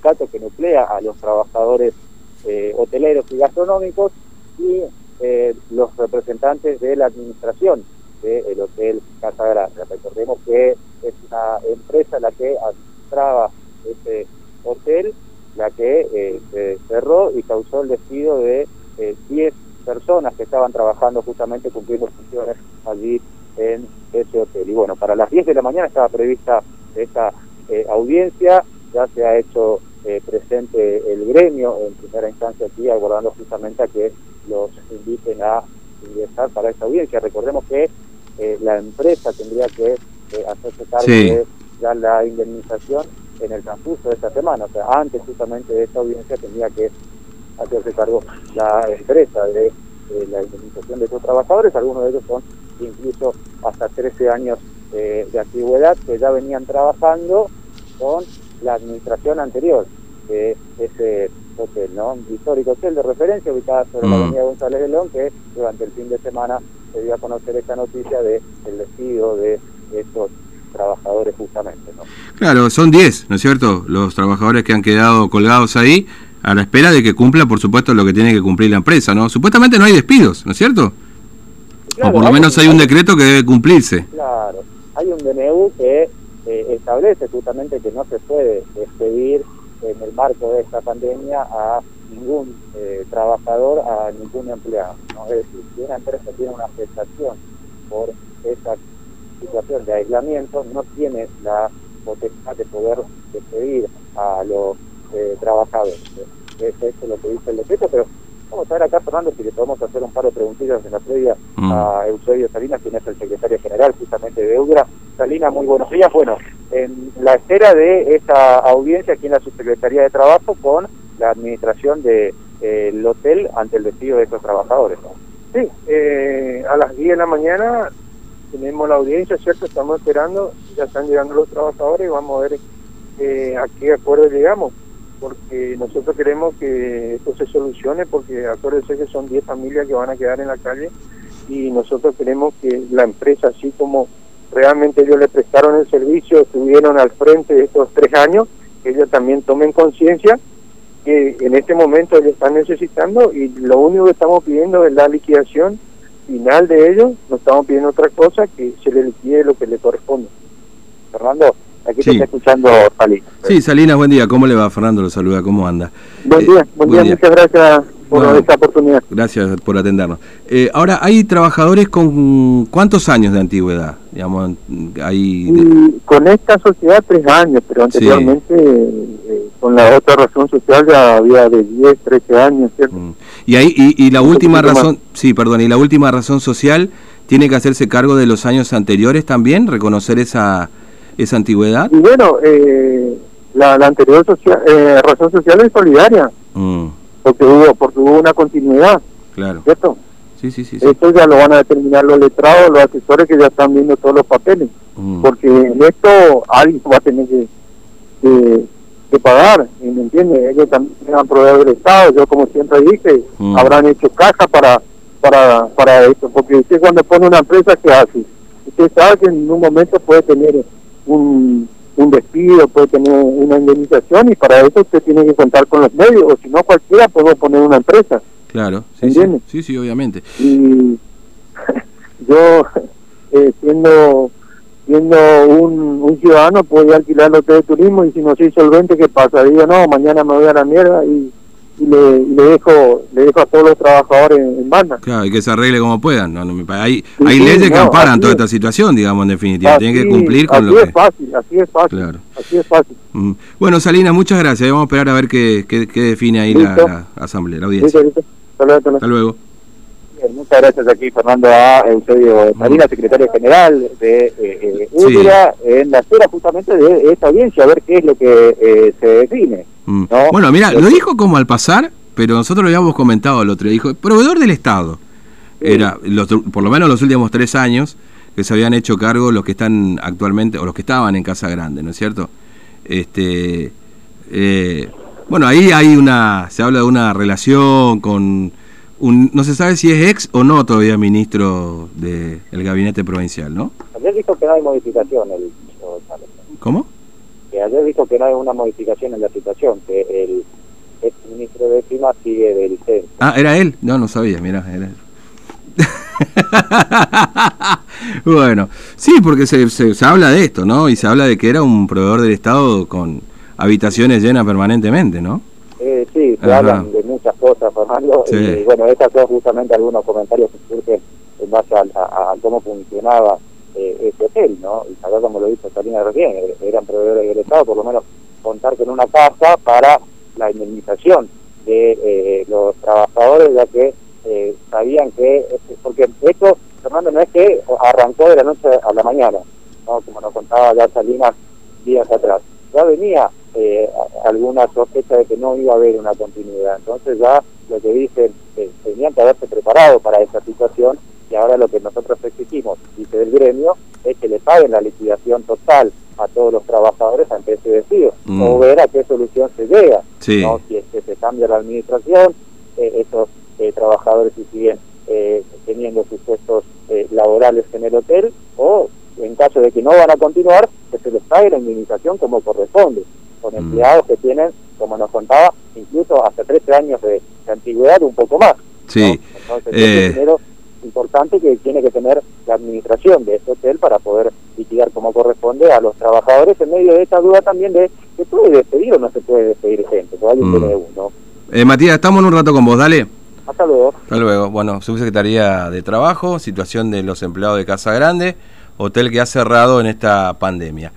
sindicato que nuclea a los trabajadores hoteleros y gastronómicos, y los representantes de la administración del Hotel Casa Grande. Recordemos que es una empresa la que administraba ese hotel, la que se cerró y causó el despido de 10 personas que estaban trabajando justamente cumpliendo funciones allí en ese hotel. Y bueno, para las 10 de la mañana estaba prevista esta audiencia. Ya se ha hecho presente el gremio en primera instancia aquí, aguardando justamente a que los inviten a ingresar para esta audiencia. Recordemos que la empresa tendría que hacerse cargo de ya la indemnización en el transcurso de esta semana. O sea, antes justamente de esta audiencia tendría que hacerse cargo la empresa de la indemnización de sus trabajadores. Algunos de ellos son incluso hasta 13 años de antigüedad, que ya venían trabajando con la administración anterior de ese hotel, ¿no? Un histórico hotel de referencia ubicado sobre la avenida González de León, que durante el fin de semana se dio a conocer esta noticia del despido de estos trabajadores justamente, ¿no? Claro, son 10, ¿no es cierto?, los trabajadores que han quedado colgados ahí a la espera de que cumpla, por supuesto, lo que tiene que cumplir la empresa, ¿no? Supuestamente no hay despidos, ¿no es cierto? Claro, o por lo menos hay un decreto que debe cumplirse. Claro, hay un DNU que establece justamente que no se puede despedir en el marco de esta pandemia a ningún trabajador, a ningún empleado, ¿no? Es decir, si una empresa tiene una afectación por esa situación de aislamiento, no tiene la potestad de poder despedir a los trabajadores. Es eso lo que dice el decreto, pero vamos a ver acá, Fernando, si le podemos hacer un par de preguntillas en la previa a Eusebio Salinas, quien es el secretario general justamente de EUDRA. Salinas, muy buenos días. Bueno, en la espera de esta audiencia aquí en la Subsecretaría de Trabajo con la administración del hotel ante el despido de estos trabajadores, ¿no? Sí, a las 10 de la mañana tenemos la audiencia, ¿cierto? Estamos esperando, ya están llegando los trabajadores y vamos a ver a qué acuerdo llegamos, porque nosotros queremos que esto se solucione, porque acuérdense que son 10 familias que van a quedar en la calle, y nosotros queremos que la empresa, así como realmente ellos le prestaron el servicio, estuvieron al frente de estos 3 años, que ellos también tomen conciencia que en este momento ellos están necesitando, y lo único que estamos pidiendo es la liquidación final de ellos. No estamos pidiendo otra cosa, que se le liquide lo que le corresponde. Fernando, aquí te está escuchando Salinas. Sí, Salinas, buen día. ¿Cómo le va? Fernando lo saluda, ¿cómo anda? Buen día, muchas gracias por esta oportunidad. Gracias por atendernos. Ahora, ¿hay trabajadores con cuántos años de antigüedad? Digamos, con esta sociedad 3 años, pero anteriormente con la otra razón social ya había de 10, 13 años, ¿cierto? Y la última razón, y la última razón social tiene que hacerse cargo de los años anteriores también, reconocer esa antigüedad. Y bueno, la anterior razón social es solidaria, porque hubo una continuidad, claro, ¿cierto? Sí. Esto ya lo van a determinar los letrados, los asesores que ya están viendo todos los papeles, porque en esto alguien va a tener que pagar, ¿me entiende? Ellos también van a proveer del Estado. Yo, como siempre dije, habrán hecho caja para esto, porque usted cuando pone una empresa, ¿qué hace? Usted sabe que en un momento puede tener un despido, puede tener una indemnización, y para eso usted tiene que contar con los medios, o si no cualquiera puede poner una empresa. Claro, sí, obviamente. Y yo, siendo un ciudadano, puedo alquilar el hotel de turismo, y si no soy solvente, ¿qué pasa? Digo, no, mañana me voy a la mierda y le dejo a todos los trabajadores en banda. Claro, y que se arregle como puedan. Hay leyes que amparan toda esta situación, digamos, en definitiva. Tienen que cumplir con lo que... Así es fácil. Claro. Así es fácil. Bueno, Salinas, muchas gracias. Vamos a esperar a ver qué define ahí la asamblea, la audiencia. Hasta luego. Bien, muchas gracias aquí, Fernando, a Eusebio Salinas, secretario general de UDRA, en la espera justamente de esta audiencia, a ver qué es lo que se define, ¿no? Bueno, mira, lo dijo como al pasar, pero nosotros lo habíamos comentado el otro día. Dijo, proveedor del Estado. Era, por lo menos los últimos 3 años, que se habían hecho cargo los que están actualmente, o los que estaban en Casa Grande, ¿no es cierto? Bueno, ahí se habla de una relación con no se sabe si es ex o no todavía ministro del gabinete provincial, ¿no? Ayer dijo que no hay modificación el ministro. ¿Cómo? que ayer dijo que no hay una modificación en la situación, que el exministro de Clima sigue de licencia. Ah, ¿era él? No sabía, mirá, era él. Bueno, sí, porque se habla de esto, ¿no? Y se habla de que era un proveedor del Estado con habitaciones llenas permanentemente, ¿no? Sí, se hablan de muchas cosas, Fernando, sí. Y bueno, estas son justamente algunos comentarios que surgen en base a cómo funcionaba este hotel, ¿no? Y acá, como lo dijo Salina recién, eran proveedores del Estado, por lo menos contar con una casa para la indemnización de los trabajadores, ya que sabían que, porque esto, Fernando, no es que arrancó de la noche a la mañana, ¿no? Como nos contaba ya Salinas días atrás, ya venía alguna sospecha de que no iba a haber una continuidad. Entonces ya lo que dicen, tenían que haberse preparado para esta situación, y ahora lo que nosotros exigimos, dice del gremio, es que le paguen la liquidación total a todos los trabajadores ante ese despido, o ver a qué solución se llega, sí. ¿No? Si es que se cambia la administración, esos trabajadores si siguen teniendo sus puestos laborales en el hotel, o en caso de que no van a continuar, que se les pague la indemnización como corresponde, con empleados que tienen, como nos contaba, incluso hasta 13 años de antigüedad, un poco más. Sí. ¿No? Entonces, es dinero importante que tiene que tener la administración de este hotel para poder liquidar como corresponde a los trabajadores, en medio de esta duda también de ¿se puede despedir o no se puede despedir gente? Porque alguien tiene uno. Matías, estamos en un rato con vos, dale. Hasta luego. Hasta luego. Bueno, Subsecretaría de Trabajo, situación de los empleados de Casa Grande, hotel que ha cerrado en esta pandemia.